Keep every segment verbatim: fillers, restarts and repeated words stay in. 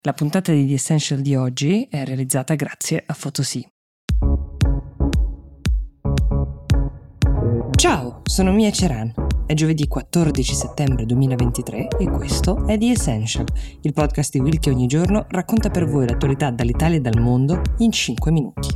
La puntata di The Essential di oggi è realizzata grazie a Photosea. Ciao, sono Mia Ceran. È giovedì quattordici settembre duemilaventitré e questo è The Essential, il podcast di Will che ogni giorno racconta per voi l'attualità dall'Italia e dal mondo in cinque minuti.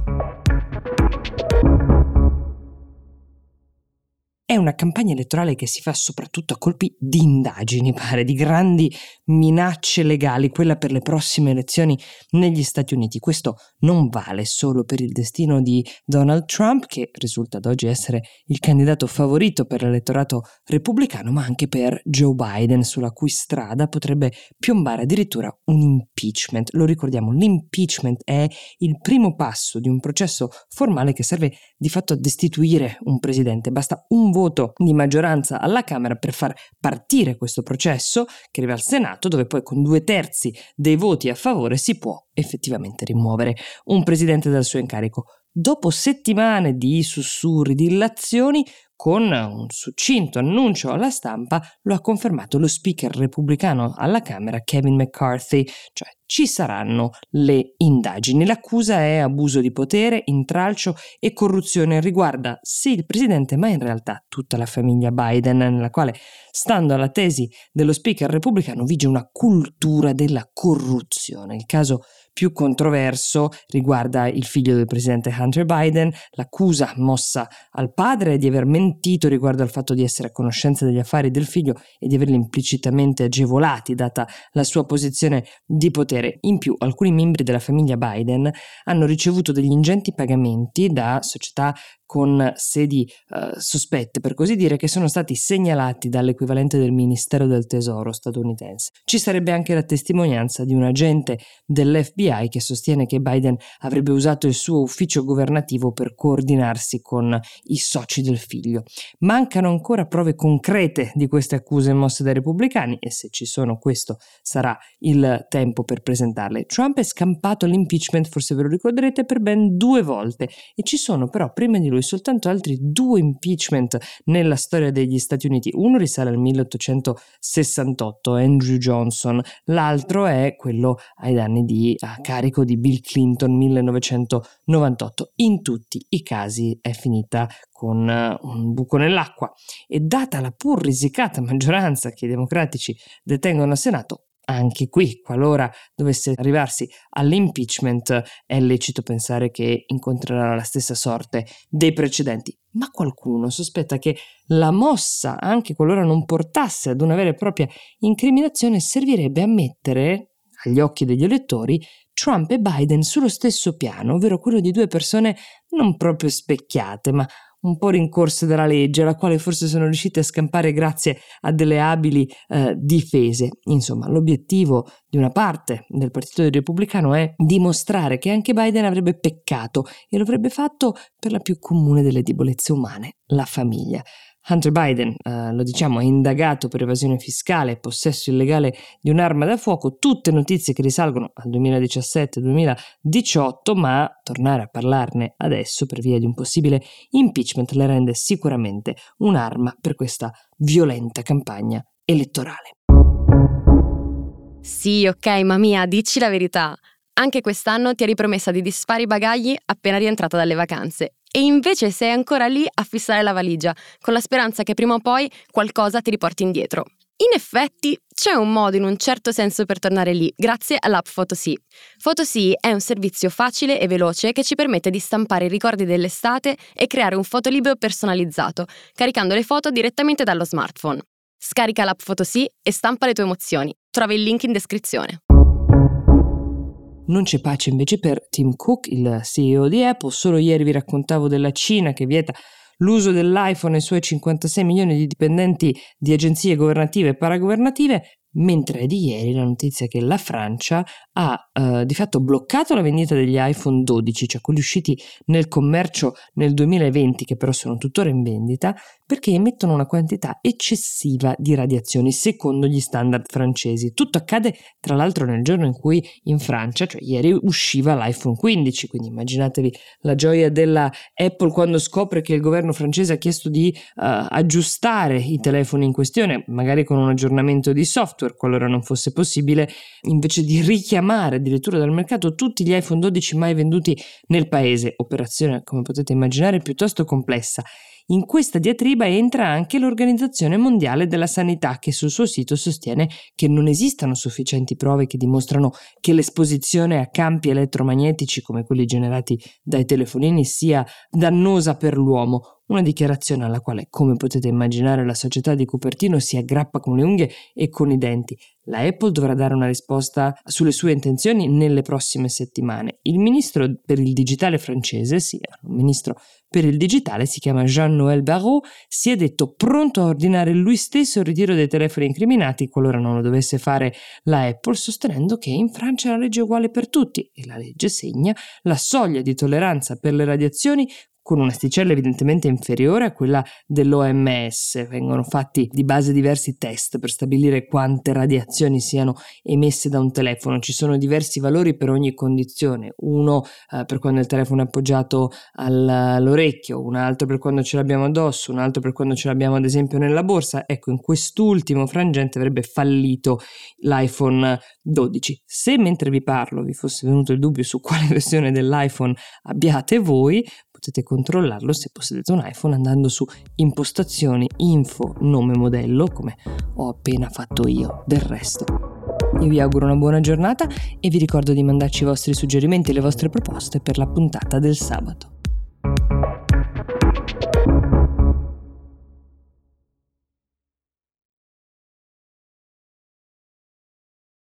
È una campagna elettorale che si fa soprattutto a colpi di indagini, pare, di grandi minacce legali, quella per le prossime elezioni negli Stati Uniti. Questo non vale solo per il destino di Donald Trump, che risulta ad oggi essere il candidato favorito per l'elettorato repubblicano, ma anche per Joe Biden, sulla cui strada potrebbe piombare addirittura un impeachment. Lo ricordiamo, l'impeachment è il primo passo di un processo formale che serve di fatto a destituire un presidente. Basta un voto di maggioranza alla Camera per far partire questo processo che arriva al Senato, dove poi con due terzi dei voti a favore si può effettivamente rimuovere un presidente dal suo incarico. Dopo settimane di sussurri, di illazioni, con un succinto annuncio alla stampa lo ha confermato lo speaker repubblicano alla Camera Kevin McCarthy, cioè ci saranno le indagini. L'accusa è abuso di potere, intralcio e corruzione. Riguarda sì il presidente, ma in realtà tutta la famiglia Biden, nella quale, stando alla tesi dello speaker repubblicano, vige una cultura della corruzione. Il caso più controverso riguarda il figlio del presidente Hunter Biden. L'accusa mossa al padre è di aver mentito riguardo al fatto di essere a conoscenza degli affari del figlio e di averli implicitamente agevolati, data la sua posizione di potere. In più, alcuni membri della famiglia Biden hanno ricevuto degli ingenti pagamenti da società con sedi uh, sospette, per così dire, che sono stati segnalati dall'equivalente del Ministero del Tesoro statunitense. Ci sarebbe anche la testimonianza di un agente dell'F B I che sostiene che Biden avrebbe usato il suo ufficio governativo per coordinarsi con i soci del figlio. Mancano ancora prove concrete di queste accuse mosse dai repubblicani e se ci sono, questo sarà il tempo per presentarle. Trump è scampato all'impeachment, forse ve lo ricorderete, per ben due volte e ci sono però prima di lui soltanto altri due impeachment nella storia degli Stati Uniti. Uno risale al milleottocentosessantotto, Andrew Johnson, l'altro è quello ai danni di a carico di Bill Clinton, millenovecentonovantotto. In tutti i casi è finita con un buco nell'acqua e data la pur risicata maggioranza che i democratici detengono al Senato, anche qui, qualora dovesse arrivarsi all'impeachment, è lecito pensare che incontrerà la stessa sorte dei precedenti. Ma qualcuno sospetta che la mossa, anche qualora non portasse ad una vera e propria incriminazione, servirebbe a mettere agli occhi degli elettori Trump e Biden sullo stesso piano, ovvero quello di due persone non proprio specchiate, ma un po' rincorse dalla legge, alla quale forse sono riusciti a scampare grazie a delle abili eh, difese. Insomma, l'obiettivo di una parte del Partito Repubblicano è dimostrare che anche Biden avrebbe peccato e lo avrebbe fatto per la più comune delle debolezze umane, la famiglia. Hunter Biden, eh, lo diciamo, è indagato per evasione fiscale e possesso illegale di un'arma da fuoco, tutte notizie che risalgono al duemiladiciassette duemiladiciotto, ma tornare a parlarne adesso per via di un possibile impeachment le rende sicuramente un'arma per questa violenta campagna elettorale. Sì, ok, ma Mia, dici la verità. Anche quest'anno ti eri promessa di disfare i bagagli appena rientrata dalle vacanze. E invece sei ancora lì a fissare la valigia, con la speranza che prima o poi qualcosa ti riporti indietro. In effetti, c'è un modo in un certo senso per tornare lì, grazie all'app Photosea. Photosea è un servizio facile e veloce che ci permette di stampare i ricordi dell'estate e creare un fotolibro personalizzato, caricando le foto direttamente dallo smartphone. Scarica l'app Photosea e stampa le tue emozioni. Trovi il link in descrizione. Non c'è pace invece per Tim Cook, il C E O di Apple. Solo ieri vi raccontavo della Cina che vieta l'uso dell'iPhone ai suoi cinquantasei milioni di dipendenti di agenzie governative e paragovernative, mentre è di ieri la notizia che la Francia ha eh, di fatto bloccato la vendita degli iPhone dodici, cioè quelli usciti nel commercio nel duemilaventi, che però sono tuttora in vendita, perché emettono una quantità eccessiva di radiazioni secondo gli standard francesi. Tutto accade tra l'altro nel giorno in cui in Francia, cioè ieri, usciva l'iPhone quindici, quindi immaginatevi la gioia della Apple quando scopre che il governo francese ha chiesto di uh, aggiustare i telefoni in questione, magari con un aggiornamento di software. software qualora non fosse possibile, invece di richiamare addirittura dal mercato tutti gli iPhone dodici mai venduti nel paese, operazione come potete immaginare piuttosto complessa. In questa diatriba entra anche l'Organizzazione Mondiale della Sanità, che sul suo sito sostiene che non esistano sufficienti prove che dimostrano che l'esposizione a campi elettromagnetici come quelli generati dai telefonini sia dannosa per l'uomo. Una dichiarazione alla quale, come potete immaginare, la società di Cupertino si aggrappa con le unghie e con i denti. La Apple dovrà dare una risposta sulle sue intenzioni nelle prossime settimane. Il ministro per il digitale francese, sì, un ministro per il digitale, si chiama Jean-Noël Barrot, si è detto pronto a ordinare lui stesso il ritiro dei telefoni incriminati qualora non lo dovesse fare la Apple, sostenendo che in Francia la legge è uguale per tutti e la legge segna la soglia di tolleranza per le radiazioni con un'asticella evidentemente inferiore a quella dell'O M S. Vengono fatti di base diversi test per stabilire quante radiazioni siano emesse da un telefono. Ci sono diversi valori per ogni condizione, uno eh, per quando il telefono è appoggiato al, all'orecchio, un altro per quando ce l'abbiamo addosso, un altro per quando ce l'abbiamo ad esempio nella borsa. Ecco, in quest'ultimo frangente avrebbe fallito l'iPhone dodici. Se mentre vi parlo vi fosse venuto il dubbio su quale versione dell'iPhone abbiate voi, potete controllarlo se possedete un iPhone andando su impostazioni, info, nome modello, come ho appena fatto io. Del resto, io vi auguro una buona giornata e vi ricordo di mandarci i vostri suggerimenti e le vostre proposte per la puntata del sabato.